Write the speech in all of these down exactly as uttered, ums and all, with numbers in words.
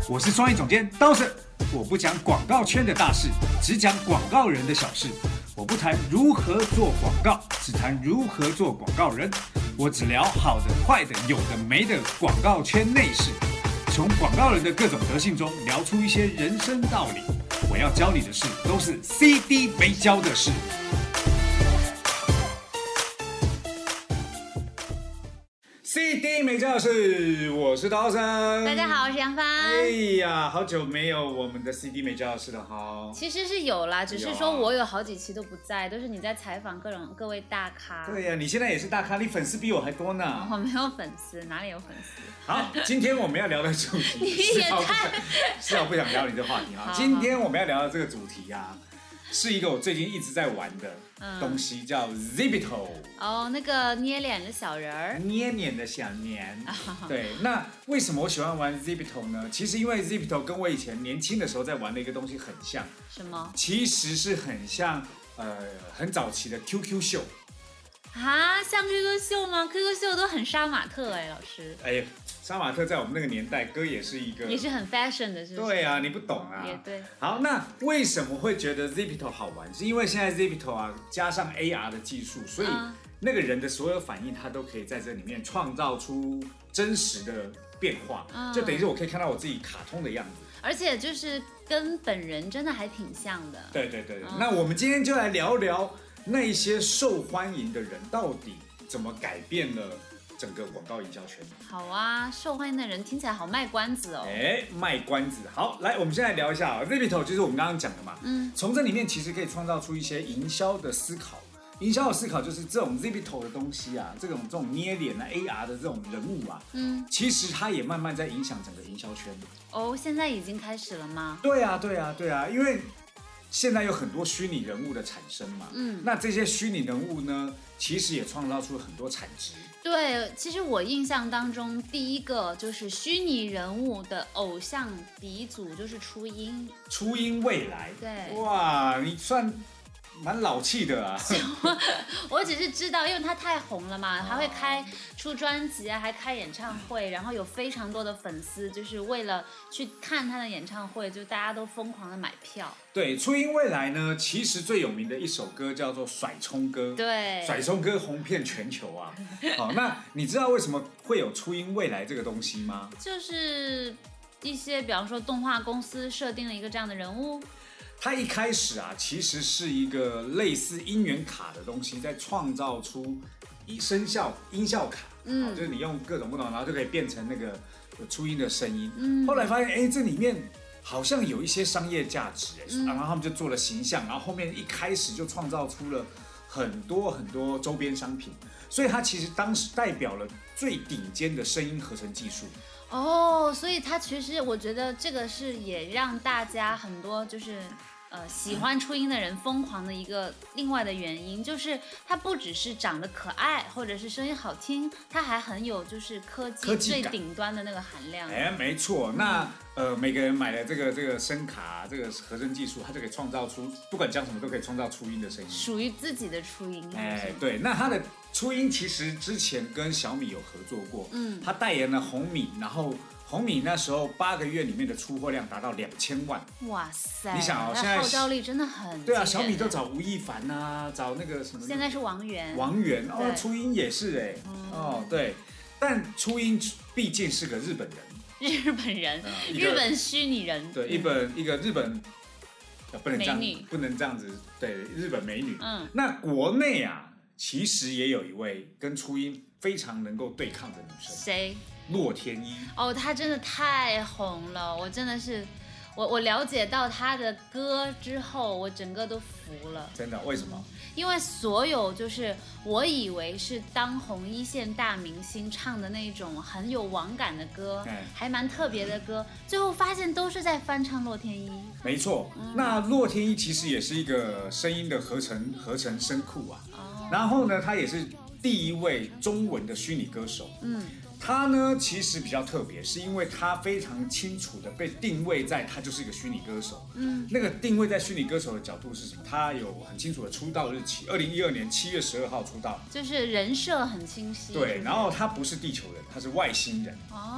我是创意总监刀神，我不讲广告圈的大事，只讲广告人的小事。我不谈如何做广告，只谈如何做广告人。我只聊好的、坏的、有的、没的广告圈内事，从广告人的各种德性中聊出一些人生道理。我要教你的事，都是 C D 没教的事。C D 没教的事，我是刀生。 大家好，我是杨帆。 哎呀，好久没有我们的 C D 没教的事了哈。 其实是有啦，只是说我有好几期都不在，都是你在采访各种各位大咖。 对呀、啊，你现在也是大咖，你粉丝比我还多呢。 我没有粉丝，哪里有粉丝？ 好，今天我们要聊的主题， 你也太…… 是啊，我不想聊你这话题哈。今天我们要聊的这个主题啊，是一个我最近一直在玩的东西，嗯、叫 Zerbito。 哦，那个捏脸的小人儿， 捏脸的小年。对，那为什么我喜欢玩 Zerbito 呢？其实因为 Zerbito 跟我以前年轻的时候在玩的一个东西很像。 什么？其实是很像，呃，很早期的 Q Q 秀。 啊，像 Q Q 秀吗 ？Q Q 秀都很杀马特哎、欸，老师。 哎呀，杀马特在我们那个年代，歌也是一个， 也是很 fashion 的，是不是？ 对啊，你不懂啊。 也对。 好，那为什么会觉得 Zerbito 好玩？是因为现在 Zerbito 啊，加上 A R 的技术，所以那个人的所有反应，他都可以在这里面创造出真实的变化，嗯、就等于是我可以看到我自己卡通的样子。 而且就是跟本人真的还挺像的。 对对对对。嗯、那我们今天就来聊聊那一些受欢迎的人到底怎么改变了整个广告营销圈。 好啊，受欢迎的人听起来好卖关子哦。 哎，卖关子。好，来，我们现在聊一下 Zerbito 就是我们刚刚讲的嘛。嗯。从这里面其实可以创造出一些营销的思考。营销的思考就是这种 Zerbito 的东西啊，这种这种捏脸啊 A R 的这种人物啊，嗯，其实它也慢慢在影响整个营销圈。 哦，现在已经开始了吗？ 对啊，对啊，对啊，因为现在有很多虚拟人物的产生嘛，嗯，那这些虚拟人物呢，其实也创造出了很多产值。 对，其实我印象当中，第一个就是虚拟人物的偶像鼻祖就是初音。 初音未来。 对。 哇，你算蛮老气的啊！ 我只是知道，因为他太红了嘛，他会开出专辑啊，还开演唱会，然后有非常多的粉丝，就是为了去看他的演唱会，就大家都疯狂的买票。 对，初音未来呢，其实最有名的一首歌叫做《甩葱歌》。 对， 甩葱歌红遍全球啊！好，那你知道为什么会有初音未来这个东西吗？ 就是一些，比方说动画公司设定了一个这样的人物。 它一开始啊，其实是一个类似音源卡的东西，在创造出声效音效卡，嗯，就是你用各种不同，然后就可以变成那个初音的声音。嗯，后来发现，哎，这里面好像有一些商业价值，哎、嗯，然后他们就做了形象，然后后面一开始就创造出了很多很多周边商品，所以它其实当时代表了最顶尖的声音合成技术。 哦，所以它其实我觉得这个是也让大家很多就是呃喜欢初音的人疯狂的一个另外的原因，就是它不只是长得可爱或者是声音好听，它还很有就是科技最顶端的那个含量。 哎，没错。那呃每个人买了这个这个声卡这个合成技术，它就可以创造出不管讲什么都可以创造初音的声音， 属于自己的初音。 哎，对。那它的初音其实之前跟小米有合作过，嗯，他代言了红米，然后红米那时候八个月里面的出货量达到两千万。 哇塞！ 你想哦，现在号召力真的很对啊，小米都找吴亦凡啊，找那个什么， 现在是王源， 王源哦，初音也是哎、欸嗯，哦对，但初音毕竟是个日本人， 日本人，嗯、日本虚拟人， 对，一本、嗯、一个日本。不能这样，不能这样子。对，日本美女。嗯，那国内啊，其实也有一位跟初音非常能够对抗的女生。 谁？ 洛天依。 哦，她真的太红了，我真的是，我我了解到她的歌之后，我整个都服了。 真的？为什么？ 嗯，因为所有就是我以为是当红一线大明星唱的那种很有网感的歌，嗯、还蛮特别的歌，最后发现都是在翻唱洛天依。 没错，嗯、那洛天依其实也是一个声音的合成合成声库啊。哦。然后呢，她也是第一位中文的虚拟歌手。嗯。他呢，其实比较特别，是因为他非常清楚的被定位在他就是一个虚拟歌手。嗯，那个定位在虚拟歌手的角度是什么？他有很清楚的出道日期，二零一二年七月十二号出道， 就是人设很清晰。 对，然后他不是地球人，他是外星人。 哦。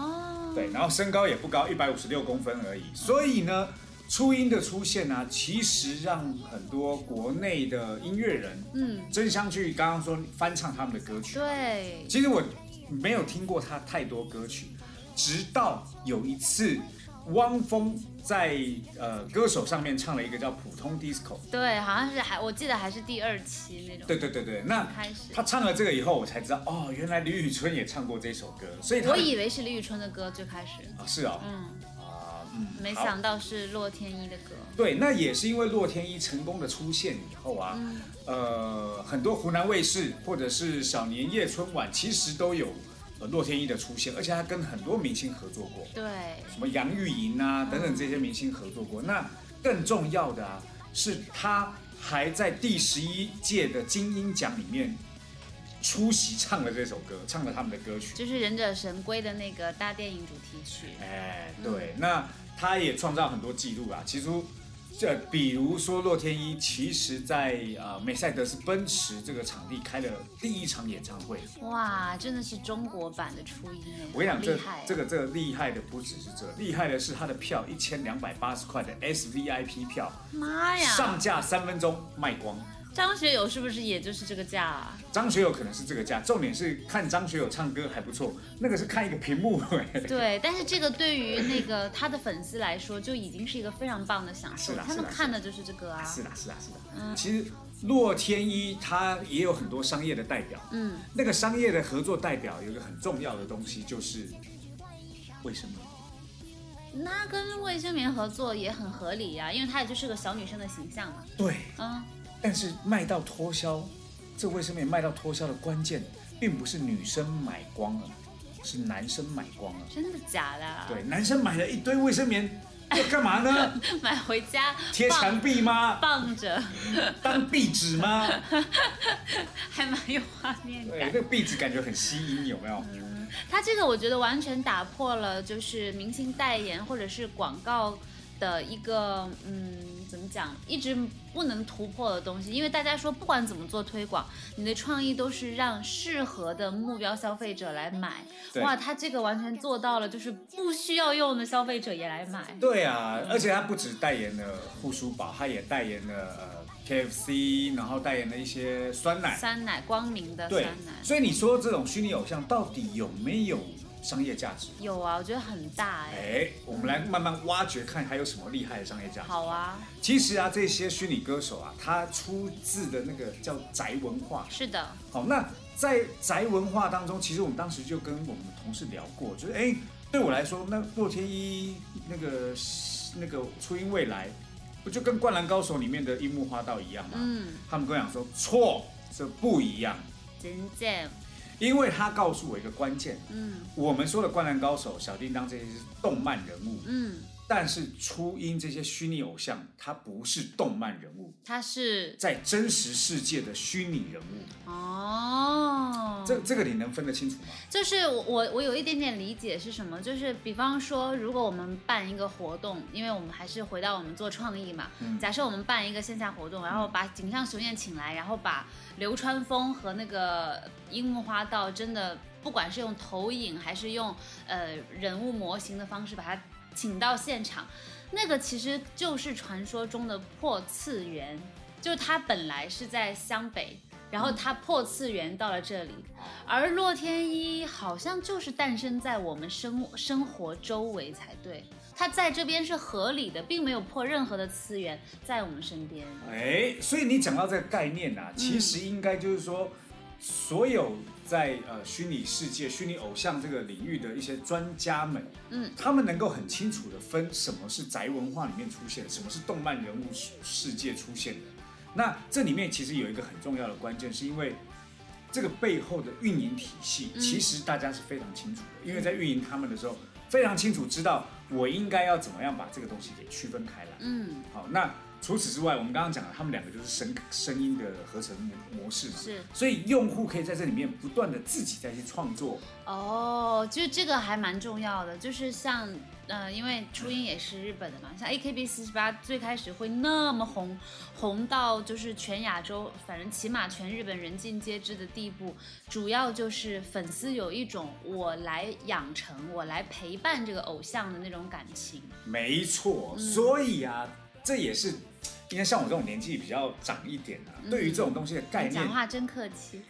哦， 对，然后身高也不高，一百五十六公分而已。所以呢，初音的出现呢、啊，其实让很多国内的音乐人，嗯，争相去刚刚说翻唱他们的歌曲。 对， 其实我没有听过他太多歌曲，直到有一次。汪峰在呃歌手上面唱了一个叫《普通 Disco》， 对，好像是还我记得还是第二期那种。 对对对对，那他唱了这个以后，我才知道哦，原来李宇春也唱过这首歌，所以我以为是李宇春的歌最开始啊，是哦， 嗯啊嗯， 没想到是洛天依的歌。 对，那也是因为洛天依成功的出现以后啊，嗯、呃，很多湖南卫视或者是小年夜春晚，其实都有。呃，洛天依的出现，而且他跟很多明星合作过， 对， 什么杨钰莹啊等等这些明星合作过。嗯、那更重要的啊，是他还在第十一届的金鹰奖里面出席唱了这首歌，唱了他们的歌曲， 就是《忍者神龟》的那个大电影主题曲。 哎，对，嗯、那他也创造很多记录啊，其实。这比如说洛天依，其实在呃梅赛德斯奔驰这个场地开了第一场演唱会。 哇，真的是中国版的初音哎！ 我跟你讲，这这个这个厉害的不只是这，厉害的是他的票一千两百八十块的 S V I P 票， 妈呀！ 上架三分钟卖光。 张学友是不是也就是这个价啊？ 张学友可能是这个价，重点是看张学友唱歌还不错，那个是看一个屏幕。 对，但是这个对于那个他的粉丝来说，就已经是一个非常棒的享受，他们看的就是这个啊。 是的，是的，是的。嗯，其实洛天依他也有很多商业的代表，嗯，那个商业的合作代表有一个很重要的东西就是卫生棉。 那跟卫生棉合作也很合理呀、啊，因为它也就是个小女生的形象嘛。 对，嗯。但是卖到脱销，这卫生棉卖到脱销的关键，并不是女生买光了，是男生买光了。 真的假的？ 对，男生买了一堆卫生棉，要干嘛呢？ 买回家贴墙壁吗？ 放着当壁纸吗？ 还蛮有画面感。 对，那个壁纸感觉很吸引，有没有？ 嗯，他这个我觉得完全打破了，就是明星代言或者是广告的一个嗯。怎么讲，一直不能突破的东西，因为大家说不管怎么做推广，你的创意都是让适合的目标消费者来买。哇，他这个完全做到了，就是不需要用的消费者也来买。 对啊，而且他不只代言了护舒宝，他也代言了呃 K F C， 然后代言了一些酸奶， 酸奶光明的酸奶。 所以你说这种虚拟偶像到底有没有商业价值？ 有啊，我觉得很大哎、 欸。哎，我们来慢慢挖掘，看还有什么厉害的商业价值。 好啊。 其实啊，这些虚拟歌手啊，他出自的那个叫宅文化。 是的。 好，那在宅文化当中，其实我们当时就跟我们同事聊过，就是哎、欸，对我来说，那洛天依那个那个初音未来，不就跟《灌篮高手》里面的樱木花道一样吗？嗯。他们跟我讲说，错，这不一样。 真正。 因为他告诉我一个关键，嗯，我们说的灌篮高手、小叮当这些是动漫人物，嗯，但是初音这些虚拟偶像，它不是动漫人物， 它是在真实世界的虚拟人物。 哦， 这这个你能分得清楚吗？ 就是我我有一点点理解是什么，就是比方说，如果我们办一个活动，因为我们还是回到我们做创意嘛，嗯、假设我们办一个线下活动，然后把井上雄彦请来，然后把流川枫和那个樱木花道真的不管是用投影还是用呃人物模型的方式把他请到现场，那个其实就是传说中的破次元，就是他本来是在湘北，然后他破次元到了这里，而洛天依好像就是诞生在我们生生活周围才对。它在这边是合理的，并没有破任何的次元在我们身边。 哎，所以你讲到这个概念啊，其实应该就是说，嗯、所有在呃虚拟世界、虚拟偶像这个领域的一些专家们，嗯，他们能够很清楚的分什么是宅文化里面出现的，什么是动漫人物世界出现的。那这里面其实有一个很重要的关键，是因为这个背后的运营体系，其实大家是非常清楚的，嗯、因为在运营他们的时候。非常清楚知道我应该要怎么样把这个东西给区分开来。嗯，好，那除此之外，我们刚刚讲了，他们两个就是声声音的合成模式嘛， 是， 所以用户可以在这里面不断的自己再去创作。 哦，就这个还蛮重要的，就是像呃，因为初音也是日本的嘛，像 A K B 四十八最开始会那么红，红到就是全亚洲，反正起码全日本人尽皆知的地步，主要就是粉丝有一种我来养成、我来陪伴这个偶像的那种感情。 没错，嗯、所以啊，这也是。应该像我这种年纪比较长一点啊，嗯、对于这种东西的概念， 讲话真客气，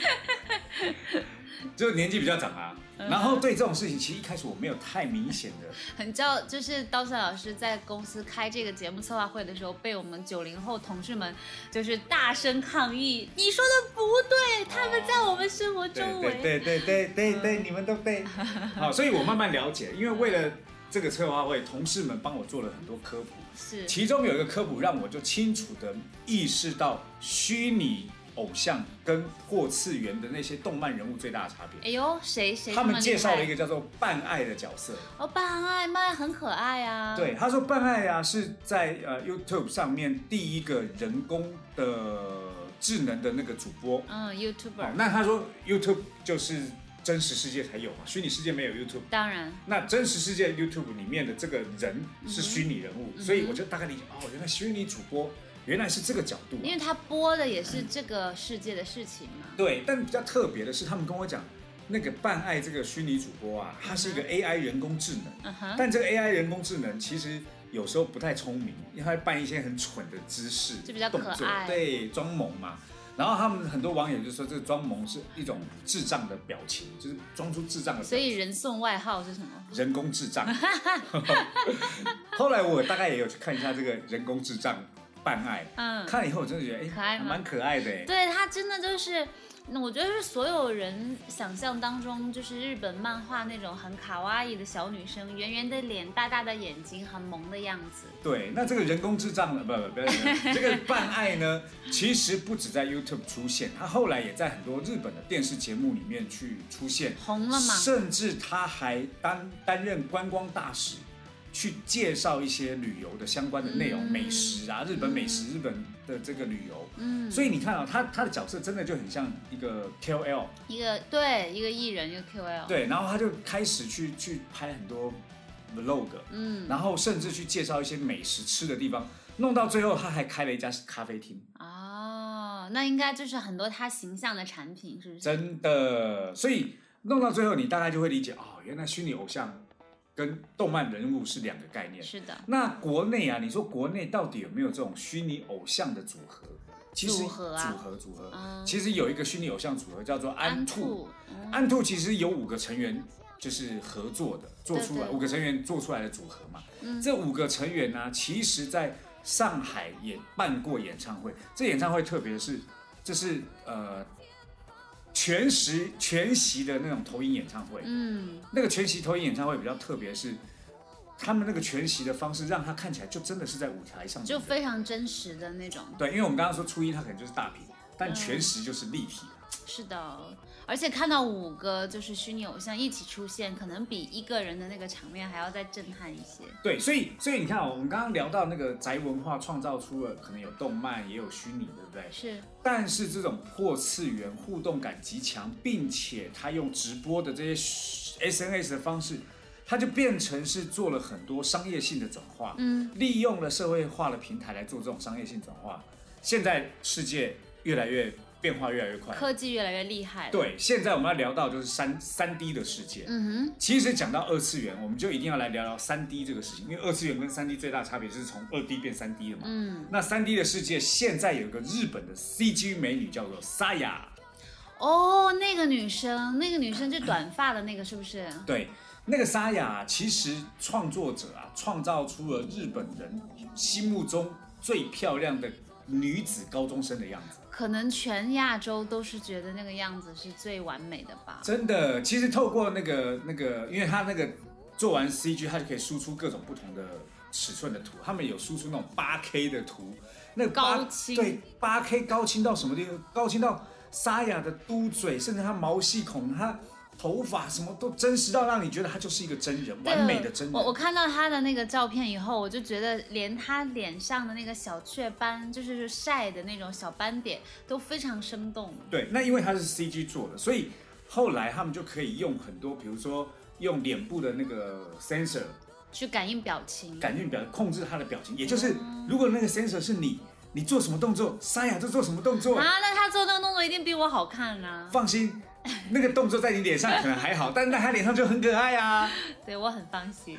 就年纪比较长啊。然后对这种事情，其实一开始我没有太明显的。 很叫就是刀山老师在公司开这个节目策划会的时候，被我们九零后同事们就是大声抗议，你说的不对，他们在我们生活周围。 对对对对对对对，你们都对。好，所以我慢慢了解，因为为了这个策划会，同事们帮我做了很多科普。 是， 其中有一个科普让我就清楚的意识到虚拟偶像跟破次元的那些动漫人物最大的差别。 哎呦，谁谁？ 他们介绍了一个叫做半爱的角色。 哦，半爱，半爱很可爱啊。 对，他说半爱啊是在呃 YouTube 上面第一个人工的智能的那个主播。 嗯 ，YouTuber、 哦。那他说 YouTube 就是真实世界才有嘛，虚拟世界没有 YouTube。 当然， 那真实世界 YouTube 里面的这个人是虚拟人物，嗯、所以我就大概理解哦，原来虚拟主播原来是这个角度、啊， 因为他播的也是这个世界的事情嘛。 对，但比较特别的是，他们跟我讲，那个半爱这个虚拟主播啊，他是一个 A I 人工智能，嗯、但这个 A I 人工智能其实有时候不太聪明，因为他会扮一些很蠢的姿势， 就比较可爱， 对，装萌嘛。然后他们很多网友就说，这个装萌是一种智障的表情，就是装出智障的表情。 所以人送外号是什么？ 人工智障。后来我大概也有去看一下这个人工智障半爱，嗯，看了以后我真的觉得，哎、欸，可爱吗？蛮可爱的，哎。 对，他真的就是。那我觉得是所有人想象当中，就是日本漫画那种很卡哇伊的小女生，圆圆的脸、大大的眼睛，很萌的样子。 对，那这个人工智障，不不不要这个半爱呢，其实不止在 YouTube 出现，他后来也在很多日本的电视节目里面去出现， 红了嘛。 甚至他还担担任观光大使。去介绍一些旅游的相关的内容，嗯、美食啊，日本美食，嗯、日本的这个旅游，嗯，所以你看啊、哦，他他的角色真的就很像一个 K O L， 一个对一个艺人，一个 K O L， 对，然后他就开始去去拍很多 vlog， 嗯，然后甚至去介绍一些美食吃的地方，弄到最后他还开了一家咖啡厅。 哦，那应该就是很多他形象的产品，是不是？ 真的，所以弄到最后你大概就会理解哦，原来虚拟偶像跟动漫人物是两个概念。 是的。 那国内啊，你说国内到底有没有这种虚拟偶像的组合？其实组合啊， 组合组合。嗯、其实有一个虚拟偶像组合叫做安兔。 嗯、 安兔其实有五个成员，就是合作的，做出来对对五个成员做出来的组合嘛。嗯、这五个成员呢、啊，其实在上海也办过演唱会。这演唱会特别是，这是呃。全时全席的那种投影演唱会，嗯，那个全席投影演唱会比较特别，是他们那个全席的方式，让它看起来就真的是在舞台上， 就非常真实的那种。 对，因为我们刚刚说初一它可能就是大屏，但全时就是立体、啊嗯、是的，而且看到五个就是虚拟偶像一起出现，可能比一个人的那个场面还要再震撼一些。 对，所以所以你看、哦，我们刚刚聊到那个宅文化创造出了可能有动漫，也有虚拟，对不对？ 是。 但是这种破次元互动感极强，并且他用直播的这些 S N S 的方式，他就变成是做了很多商业性的转化，嗯，利用了社会化的平台来做这种商业性转化。现在世界越来越变化越来越快， 科技越来越厉害了。 对，现在我们要聊到就是三三 D 的世界。嗯哼，其实讲到二次元，我们就一定要来聊聊三 D 这个事情，因为二次元跟三 D 最大的差别就是从二 D 变三 D 了嘛。嗯，那三 D 的世界现在有一个日本的 C G 美女叫做 Saya。 哦，那个女生，那个女生就短发的那个是不是？ 对，那个 Saya 其实创作者啊，创造出了日本人心目中最漂亮的女子高中生的样子。 可能全亚洲都是觉得那个样子是最完美的吧。 真的，其实透过那个那个，因为他那个做完 C G， 他就可以输出各种不同的尺寸的图。他们有输出那种 八 K 的图，那个高清， 对 八 K 高清到什么地方？高清到沙哑的嘟嘴，甚至他毛细孔，他头发什么都真实到让你觉得他就是一个真人，完美的真人。 我我看到他的那个照片以后，我就觉得连他脸上的那个小雀斑，就是晒的那种小斑点，都非常生动。 对，那因为他是 C G 做的，所以后来他们就可以用很多，比如说用脸部的那个 sensor 去感应表情， 感应表控制他的表情，也就是如果那个 sensor 是你。你做什么动作，沙哑就做什么动作啊？那他做那个动作一定比我好看啊！ 放心，那个动作在你脸上可能还好，但是在他脸上就很可爱啊。 对，我很放心。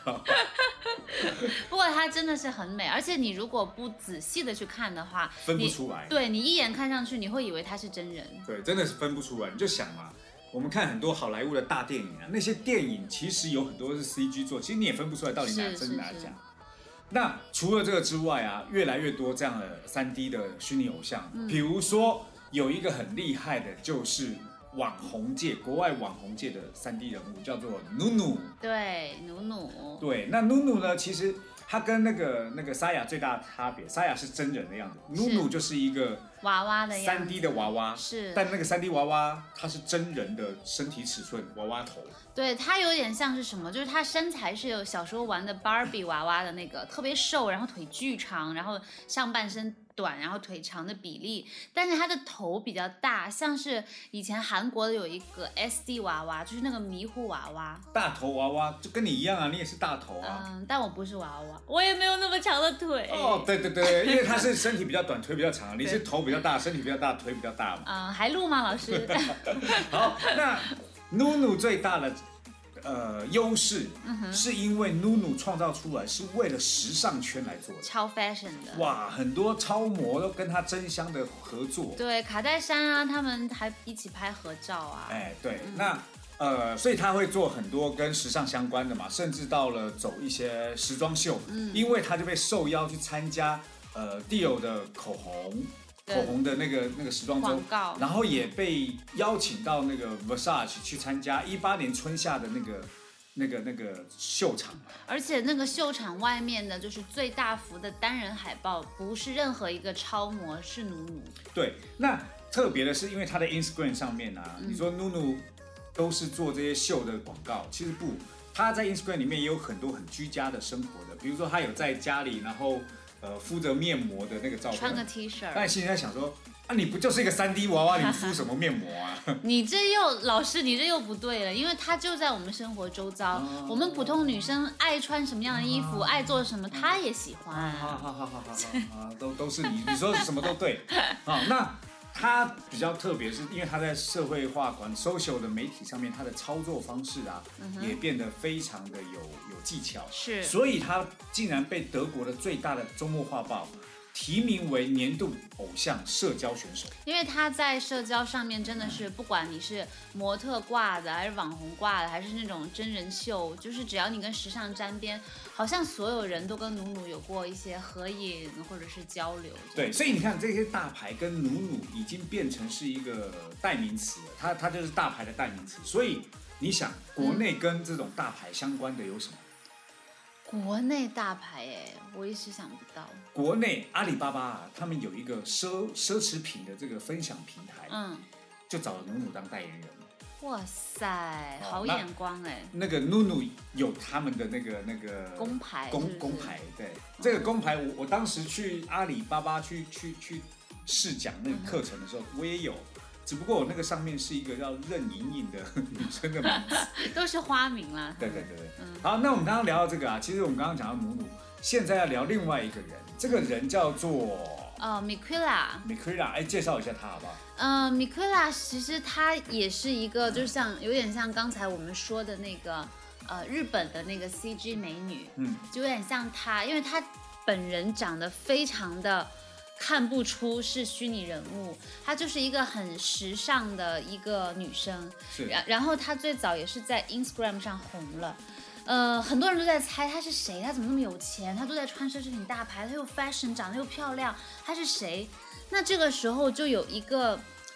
不过他真的是很美，而且你如果不仔细的去看的话， 分不出来。 对，你一眼看上去，你会以为他是真人。 对，真的是分不出来。你就想嘛，我们看很多好莱坞的大电影啊，那些电影其实有很多是 C G 做，其实你也分不出来到底哪真哪假。那除了这个之外啊，越来越多这样的 三 D 的虚拟偶像，嗯、比如说有一个很厉害的，就是网红界国外网红界的 三 D 人物，叫做努努。 对，努努。 对，那努努呢，其实他跟那个那个沙哑最大的差别，沙哑是真人的样子，努努就是一个娃娃的样子， 三 D 的娃娃。 是， 但那个三 D 娃娃它是真人的身体尺寸，娃娃头。 对，它有点像是什么，就是它身材是有小时候玩的 Barbie 娃娃的那个特别瘦，然后腿巨长，然后上半身短，然后腿长的比例，但是它的头比较大，像是以前韩国的有一个 S D 娃娃，就是那个迷糊娃娃， 大头娃娃就跟你一样啊，你也是大头啊。 嗯，但我不是娃娃，我也没有那么长的腿。 哦，对对对，因为他是身体比较短，腿比较长，你是头比较大，身体比较大，腿比较大嘛。 嗯，还录吗，老师？ 好，那努努最大的。呃，优势、嗯、是因为努努创造出来是为了时尚圈来做的， 超 fashion 的。 哇，很多超模都跟他争相的合作。 对，卡戴珊啊，他们还一起拍合照啊。 哎，对，嗯、那呃，所以他会做很多跟时尚相关的嘛，甚至到了走一些时装秀，嗯、因为他就被受邀去参加呃 Dior 的口红。口红的那个那个时装周，然后也被邀请到那个 Versace 去参加一八年春夏的那个那个那个秀场， 而且那个秀场外面的就是最大幅的单人海报，不是任何一个超模，是努努。 对，那特别的是，因为他的 Instagram 上面啊，嗯、你说努努都是做这些秀的广告，其实不，他在 Instagram 里面也有很多很居家的生活的，比如说他有在家里，然后。呃，敷着面膜的那个照片， 穿个 T 恤， 但心里在想说，啊，你不就是一个 三 D 娃娃，你敷什么面膜啊？ 你这又老师，你这又不对了，因为他就在我们生活周遭，哦、我们普通女生爱穿什么样的衣服，哦、爱做什么，他也喜欢。 好好好好好好，都都是你，你说什么都对。好，那他比较特别，是因为他在社会化管 social 的媒体上面，他的操作方式啊，嗯、也变得非常的有有技巧。 是， 所以他竟然被德国的最大的周末画报提名为年度偶像社交选手。 因为他在社交上面真的是，不管你是模特挂的，还是网红挂的，还是那种真人秀，就是只要你跟时尚沾边，好像所有人都跟努努有过一些合影或者是交流。 对，所以你看这些大牌跟努努已经变成是一个代名词了，它它就是大牌的代名词。所以你想，国内跟这种大牌相关的有什么？ 国内大牌哎，我一时想不到。 国内阿里巴巴啊，他们有一个奢奢侈品的这个分享平台，嗯，就找了努努当代言人。 哇塞，好眼光哎！ 那个努努有他们的那个那个工牌， 工工牌，对，这个工牌我我当时去阿里巴巴去去去试讲那个课程的时候，我也有。只不过我那个上面是一个叫任盈盈的女生的名字， 都是花名啦。 对对对对，嗯、好，那我们刚刚聊到这个啊，其实我们刚刚讲到努努，现在要聊另外一个人，这个人叫做呃 Miquela。Miquela， 哎，介绍一下他好不好？ 呃 Miquela 其实他也是一个，就像有点像刚才我们说的那个呃日本的那个 C G 美女，嗯，就有点像她，因为她本人长得非常的。看不出是虚拟人物，她就是一个很时尚的一个女生。 是。 然然后她最早也是在 Instagram 上红了，呃，很多人都在猜她是谁，她怎么那么有钱，她都在穿奢侈品大牌，她又 fashion， 长得又漂亮，她是谁？那这个时候就有一个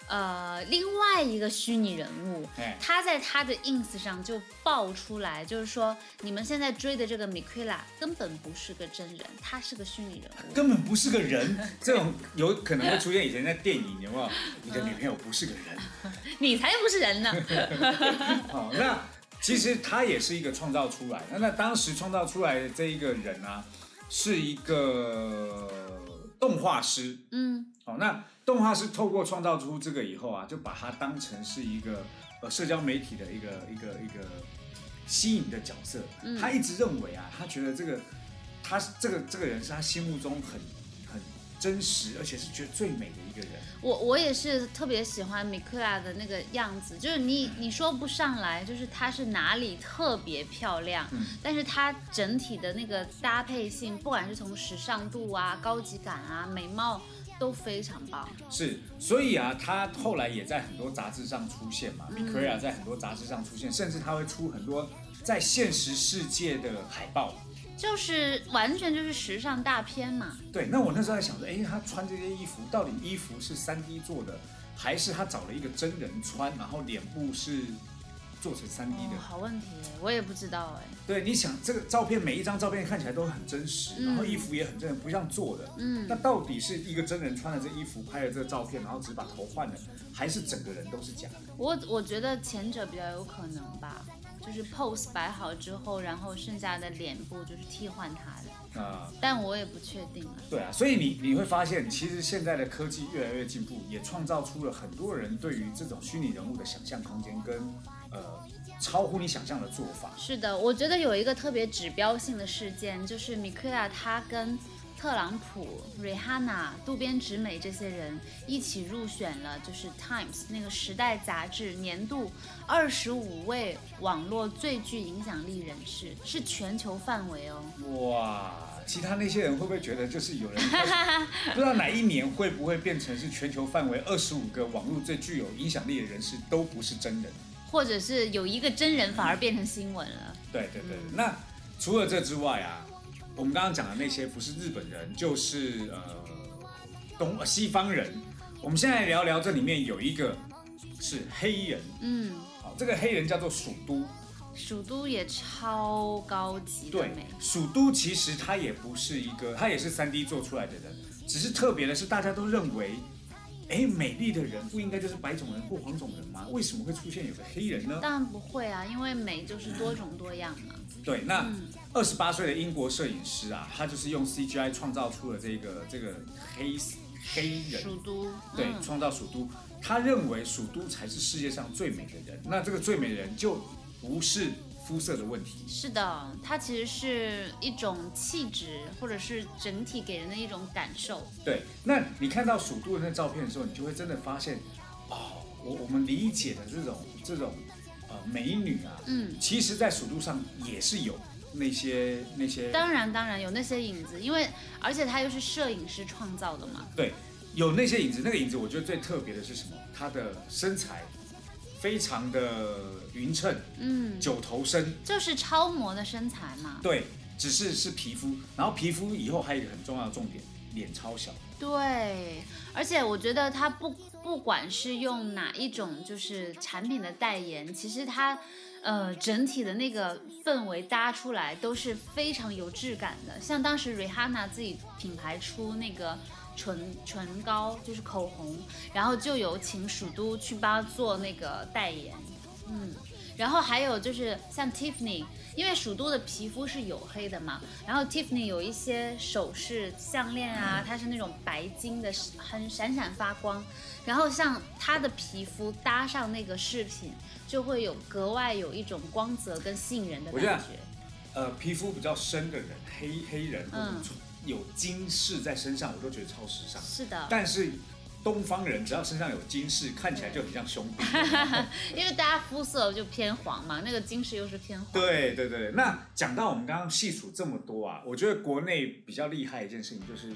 呃，另外一个虚拟人物，他在他的 ins 上就爆出来，就是说你们现在追的这个 Miquela 根本不是个真人，他是个虚拟人物， 根本不是个人。这种有可能会出现以前在电影，有没有？你的女朋友不是个人， 你才不是人呢。 好，那其实他也是一个创造出来的，那当时创造出来的这一个人啊，是一个动画师，嗯，好，那。动画师透过创造出这个以后啊，就把它当成是一个呃社交媒体的一个一个一个吸引的角色。嗯、他一直认为啊，他觉得这个他这个这个人是他心目中很很真实，而且是觉得最美的一个人。 我我也是特别喜欢Miquela的那个样子，就是你你说不上来，就是她是哪里特别漂亮，嗯、但是她整体的那个搭配性，不管是从时尚度啊、高级感啊、美貌。都非常棒， 是，所以啊，他后来也在很多杂志上出现嘛 ，Miquela 在很多杂志上出现，甚至他会出很多在现实世界的海报， 就是完全就是时尚大片嘛。 对，那我那时候在想着，哎，他穿这些衣服，到底衣服是 三 D 做的，还是他找了一个真人穿，然后脸部是做成 三 D 的？ 哦、好问题，我也不知道哎。 对，你想这个照片，每一张照片看起来都很真实，嗯、然后衣服也很真实，不像做的。嗯，那到底是一个真人穿了这衣服拍了这个照片，然后只把头换了，还是整个人都是假的？ 我我觉得前者比较有可能吧，就是 pose 摆好之后，然后剩下的脸部就是替换他的。啊、嗯，但我也不确定了。 对啊，所以你你会发现，其实现在的科技越来越进步，也创造出了很多人对于这种虚拟人物的想象空间跟呃。超乎你想象的做法。 是的，我觉得有一个特别指标性的事件，就是 Miquela 他跟特朗普、Rihanna、渡边直美这些人一起入选了，就是 Times 那个时代杂志年度二十五位网络最具影响力人士，是全球范围哦。 哇！其他那些人会不会觉得就是有人不知道哪一年会不会变成是全球范围二十五个网络最具有影响力的人士都不是真人？ 或者是有一个真人反而变成新闻了。 对对对，嗯、那除了这之外啊，我们刚刚讲的那些不是日本人，就是呃东西方人。我们现在聊聊这里面有一个是黑人，嗯，好，这个黑人叫做蜀都。 蜀都也超高级的美。 对，蜀都其实它也不是一个，它也是 三 D 做出来的人，只是特别的是大家都认为。哎，美丽的人不应该就是白种人或黄种人吗？为什么会出现有个黑人呢？ 当然不会啊，因为美就是多种多样嘛。 对，那二十八岁的英国摄影师啊，他就是用 C G I 创造出了这个这个黑黑人蜀都， 对，创造蜀都。他认为蜀都才是世界上最美的人，那这个最美的人就不是肤色的问题。 是的，它其实是一种气质，或者是整体给人的一种感受。 对，那你看到蜀都的那照片的时候，你就会真的发现，哦，我我们理解的这种这种呃美女啊，嗯，其实在蜀都上也是有那些那些。 当然当然有那些影子，因为而且它又是摄影师创造的嘛。 对，有那些影子，那个影子我觉得最特别的是什么？她的身材。非常的匀称，嗯，九头身， 就是超模的身材嘛。 对，只是是皮肤，然后皮肤以后还有一个很重要的重点，脸超小。 对，而且我觉得它不不管是用哪一种就是产品的代言，其实它呃整体的那个氛围搭出来都是非常有质感的。像当时 Rihanna 自己品牌出那个。唇唇膏就是口红，然后就有请蜀都去帮他做那个代言，嗯，然后还有就是像 Tiffany， 因为蜀都的皮肤是黝黑的嘛，然后 Tiffany 有一些首饰项链啊，它是那种白金的，很闪闪发光，然后像它的皮肤搭上那个饰品，就会有格外有一种光泽跟吸引人的感觉。 呃，皮肤比较深的人，黑黑人或者有金饰在身上，我都觉得超时尚。 是的， 但是东方人只要身上有金饰，看起来就很像兄弟。 因为大家肤色就偏黄嘛，那个金饰又是偏黄。 对对对，那讲到我们刚刚细数这么多啊，我觉得国内比较厉害的一件事情就是，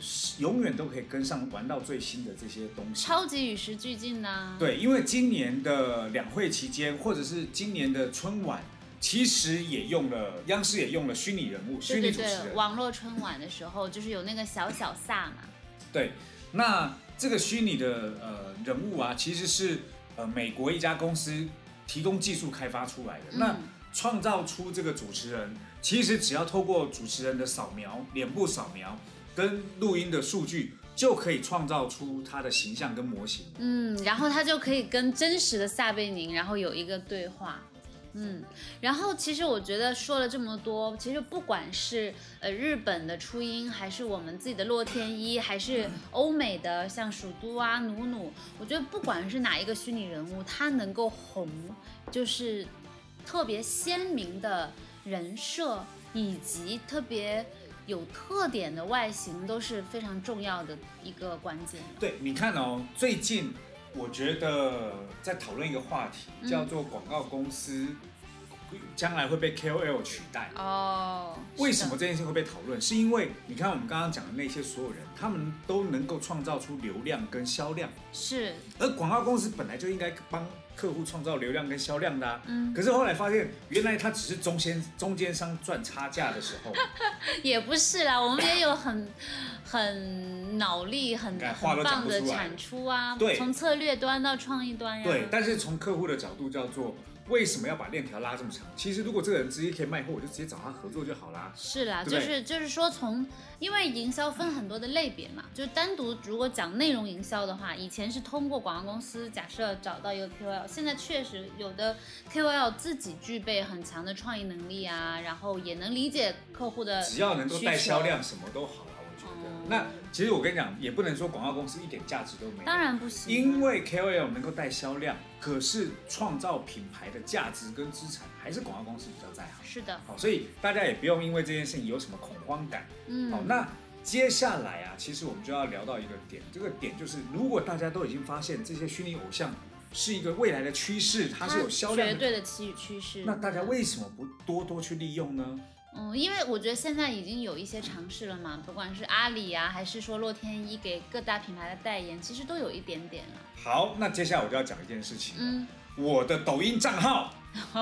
永远都可以跟上玩到最新的这些东西， 超级与时俱进啊。 对，因为今年的两会期间，或者是今年的春晚。其实也用了，央视也用了虚拟人物、虚拟主持人。 对对对，网络春晚的时候，就是有那个小小萨嘛。 对，那这个虚拟的呃人物啊，其实是呃美国一家公司提供技术开发出来的。嗯、那创造出这个主持人，其实只要透过主持人的扫描、脸部扫描跟录音的数据，就可以创造出他的形象跟模型。 嗯，然后他就可以跟真实的撒贝宁，然后有一个对话。嗯，然后其实我觉得说了这么多，其实不管是呃日本的初音，还是我们自己的洛天依，还是欧美的像蜀都啊、努努，我觉得不管是哪一个虚拟人物，他能够红，就是特别鲜明的人设以及特别有特点的外形，都是非常重要的一个关键。 对，你看哦，最近。我觉得在讨论一个话题，叫做广告公司将来会被 K O L 取代。 哦， 为什么这件事情会被讨论？是因为你看我们刚刚讲的那些所有人，他们都能够创造出流量跟销量。 是。 而广告公司本来就应该帮客户创造流量跟销量的啊。 嗯。 可是后来发现，原来他只是中间中间商赚差价的时候。 也不是啦，我们也有很很脑力很很棒的产出啊。 对。 从策略端到创意端呀。 对，但是从客户的角度叫做。为什么要把链条拉这么长？其实如果这个人直接可以卖货，我就直接找他合作就好啦。 是啦，就是就是说从，因为营销分很多的类别嘛，就单独如果讲内容营销的话，以前是通过广告公司假设找到一个 K O L， 现在确实有的 K O L 自己具备很强的创意能力啊，然后也能理解客户的需求， 只要能够带销量，什么都好。那其实我跟你讲，也不能说广告公司一点价值都没有， 当然不行。 因为 K O L 能够带销量，可是创造品牌的价值跟资产还是广告公司比较在行。 是的， 好，所以大家也不用因为这件事情有什么恐慌感。 嗯， 好，那接下来啊，其实我们就要聊到一个点，这个点就是，如果大家都已经发现这些虚拟偶像是一个未来的趋势，它是有销量的绝对的趋势， 那大家为什么不多多去利用呢？ 嗯，因为我觉得现在已经有一些尝试了嘛，不管是阿里啊，还是说洛天依给各大品牌的代言，其实都有一点点了。 好，那接下来我就要讲一件事情。 嗯， 我的抖音账号，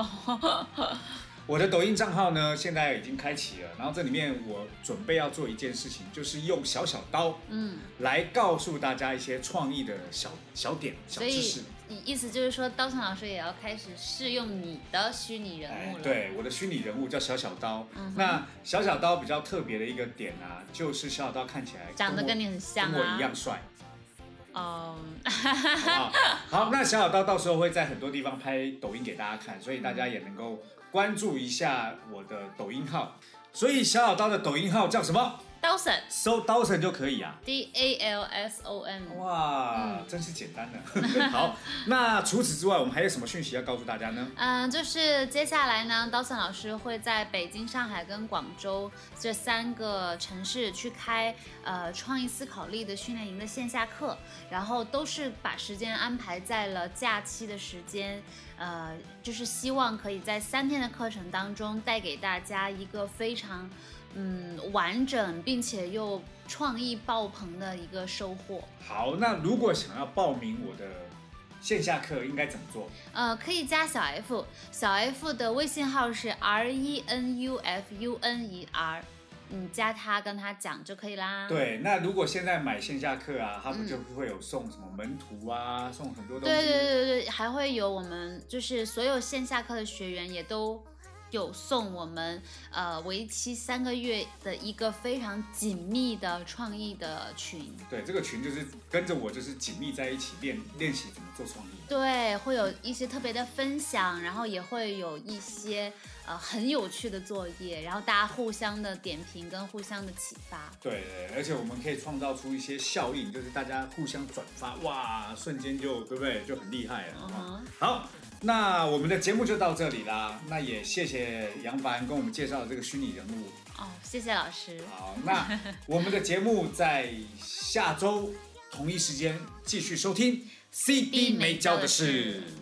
我的抖音账号呢，现在已经开启了。然后这里面我准备要做一件事情，就是用小小刀，嗯，来告诉大家一些创意的小小点、小知识。 意思就是说，刀成老师也要开始试用你的虚拟人物了。 哎、对，我的虚拟人物叫小小刀。嗯、那小小刀比较特别的一个点啊，就是小小刀看起来长得跟你很像啊， 跟我一样帅。 哦、 um, 好, 好，那小小刀到时候会在很多地方拍抖音给大家看，所以大家也能够关注一下我的抖音号。所以小小刀的抖音号叫什么？ Dawson， 搜 Dawson 就可以啊 ，D A L S O N。 哇，嗯、真是简单的。好，那除此之外，我们还有什么讯息要告诉大家呢？ 嗯，就是接下来呢，Dawson老师会在北京、上海跟广州这三个城市去开呃创意思考力的训练营的线下课，然后都是把时间安排在了假期的时间，呃，就是希望可以在三天的课程当中带给大家一个非常。嗯，完整并且又创意爆棚的一个收获。 好，那如果想要报名我的线下课，应该怎么做？ 呃，可以加小 F， 小 F 的微信号是 R E N U F U N E R， 你加他跟他讲就可以啦。 对，那如果现在买线下课啊，他不就会有送什么门徒啊，嗯、送很多东西？ 对对对对，还会有我们就是所有线下课的学员也都。有送我们呃为期三个月的一个非常紧密的创意的群。 对，这个群就是跟着我就是紧密在一起练练习怎么做创意。 对，会有一些特别的分享，然后也会有一些呃很有趣的作业，然后大家互相的点评跟互相的启发。 对对，而且我们可以创造出一些效应，就是大家互相转发，哇，瞬间就对不对，就很厉害了。Uh-huh. 好。那我们的节目就到这里啦，那也谢谢杨凡跟我们介绍这个虚拟人物哦，谢谢老师。 好，那我们的节目在下周同一时间继续收听 C D 没教的事。